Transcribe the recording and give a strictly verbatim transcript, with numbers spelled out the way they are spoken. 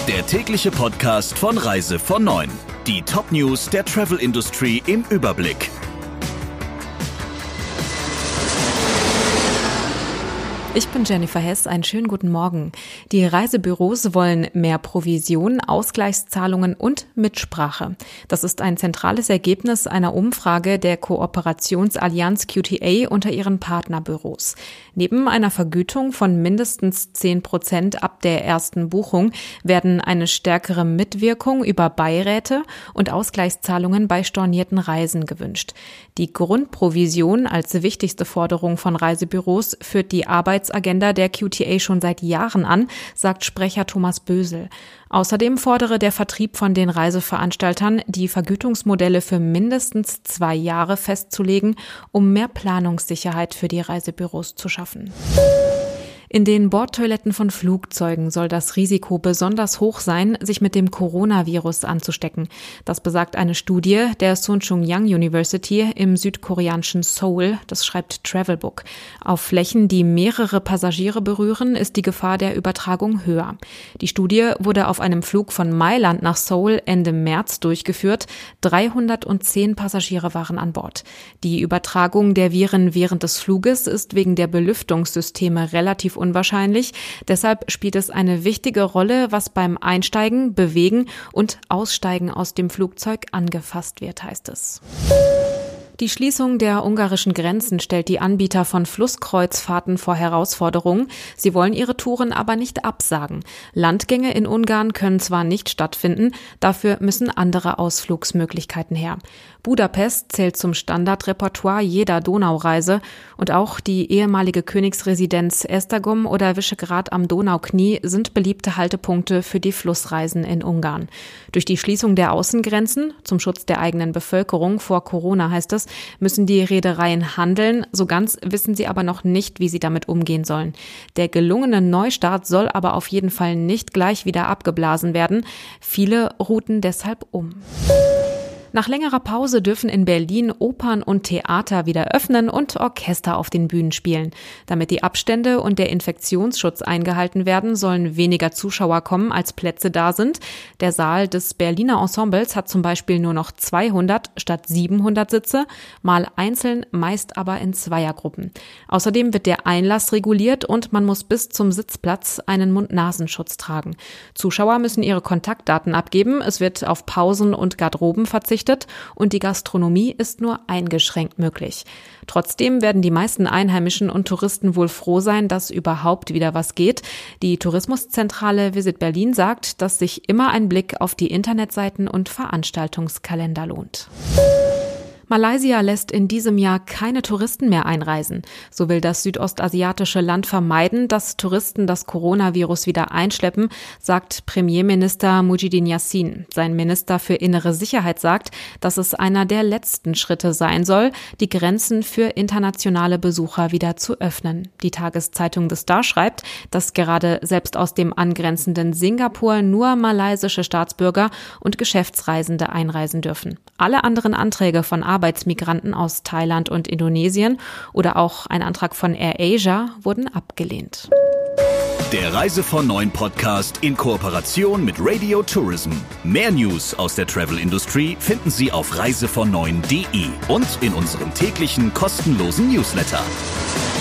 Der tägliche Podcast von Reise von neun. Die Top-News der Travel-Industrie im Überblick. Ich bin Jennifer Hess, einen schönen guten Morgen. Die Reisebüros wollen mehr Provision, Ausgleichszahlungen und Mitsprache. Das ist ein zentrales Ergebnis einer Umfrage der Kooperationsallianz Q T A unter ihren Partnerbüros. Neben einer Vergütung von mindestens zehn Prozent ab der ersten Buchung werden eine stärkere Mitwirkung über Beiräte und Ausgleichszahlungen bei stornierten Reisen gewünscht. Die Grundprovision als wichtigste Forderung von Reisebüros führt die Arbeitsagenda der Q T A schon seit Jahren an, sagt Sprecher Thomas Bösel. Außerdem fordere der Vertrieb von den Reiseveranstaltern, die Vergütungsmodelle für mindestens zwei Jahre festzulegen, um mehr Planungssicherheit für die Reisebüros zu schaffen. In den Bordtoiletten von Flugzeugen soll das Risiko besonders hoch sein, sich mit dem Coronavirus anzustecken. Das besagt eine Studie der Soonchungyang University im südkoreanischen Seoul, das schreibt Travelbook. Auf Flächen, die mehrere Passagiere berühren, ist die Gefahr der Übertragung höher. Die Studie wurde auf einem Flug von Mailand nach Seoul Ende März durchgeführt. dreihundertzehn Passagiere waren an Bord. Die Übertragung der Viren während des Fluges ist wegen der Belüftungssysteme relativ unwahrscheinlich. Deshalb spielt es eine wichtige Rolle, was beim Einsteigen, Bewegen und Aussteigen aus dem Flugzeug angefasst wird, heißt es. Die Schließung der ungarischen Grenzen stellt die Anbieter von Flusskreuzfahrten vor Herausforderungen. Sie wollen ihre Touren aber nicht absagen. Landgänge in Ungarn können zwar nicht stattfinden, dafür müssen andere Ausflugsmöglichkeiten her. Budapest zählt zum Standardrepertoire jeder Donaureise und auch die ehemalige Königsresidenz Esztergom oder Visegrad am Donauknie sind beliebte Haltepunkte für die Flussreisen in Ungarn. Durch die Schließung der Außengrenzen zum Schutz der eigenen Bevölkerung vor Corona, heißt es, müssen die Reedereien handeln. So ganz wissen sie aber noch nicht, wie sie damit umgehen sollen. Der gelungene Neustart soll aber auf jeden Fall nicht gleich wieder abgeblasen werden. Viele routen deshalb um. Nach längerer Pause dürfen in Berlin Opern und Theater wieder öffnen und Orchester auf den Bühnen spielen. Damit die Abstände und der Infektionsschutz eingehalten werden, sollen weniger Zuschauer kommen, als Plätze da sind. Der Saal des Berliner Ensembles hat zum Beispiel nur noch zweihundert statt siebenhundert Sitze, mal einzeln, meist aber in Zweiergruppen. Außerdem wird der Einlass reguliert und man muss bis zum Sitzplatz einen Mund-Nasenschutz tragen. Zuschauer müssen ihre Kontaktdaten abgeben, es wird auf Pausen und Garderoben verzichtet und die Gastronomie ist nur eingeschränkt möglich. Trotzdem werden die meisten Einheimischen und Touristen wohl froh sein, dass überhaupt wieder was geht. Die Tourismuszentrale Visit Berlin sagt, dass sich immer ein Blick auf die Internetseiten und Veranstaltungskalender lohnt. Malaysia lässt in diesem Jahr keine Touristen mehr einreisen. So will das südostasiatische Land vermeiden, dass Touristen das Coronavirus wieder einschleppen, sagt Premierminister Muhyiddin Yassin. Sein Minister für innere Sicherheit sagt, dass es einer der letzten Schritte sein soll, die Grenzen für internationale Besucher wieder zu öffnen. Die Tageszeitung The Star schreibt, dass gerade selbst aus dem angrenzenden Singapur nur malaysische Staatsbürger und Geschäftsreisende einreisen dürfen. Alle anderen Anträge von Arbeitsmigranten aus Thailand und Indonesien oder auch ein Antrag von AirAsia wurden abgelehnt. Der Reise von neun Podcast in Kooperation mit Radio Tourism. Mehr News aus der Travel-Industrie finden Sie auf reise von neun punkt de und in unserem täglichen kostenlosen Newsletter.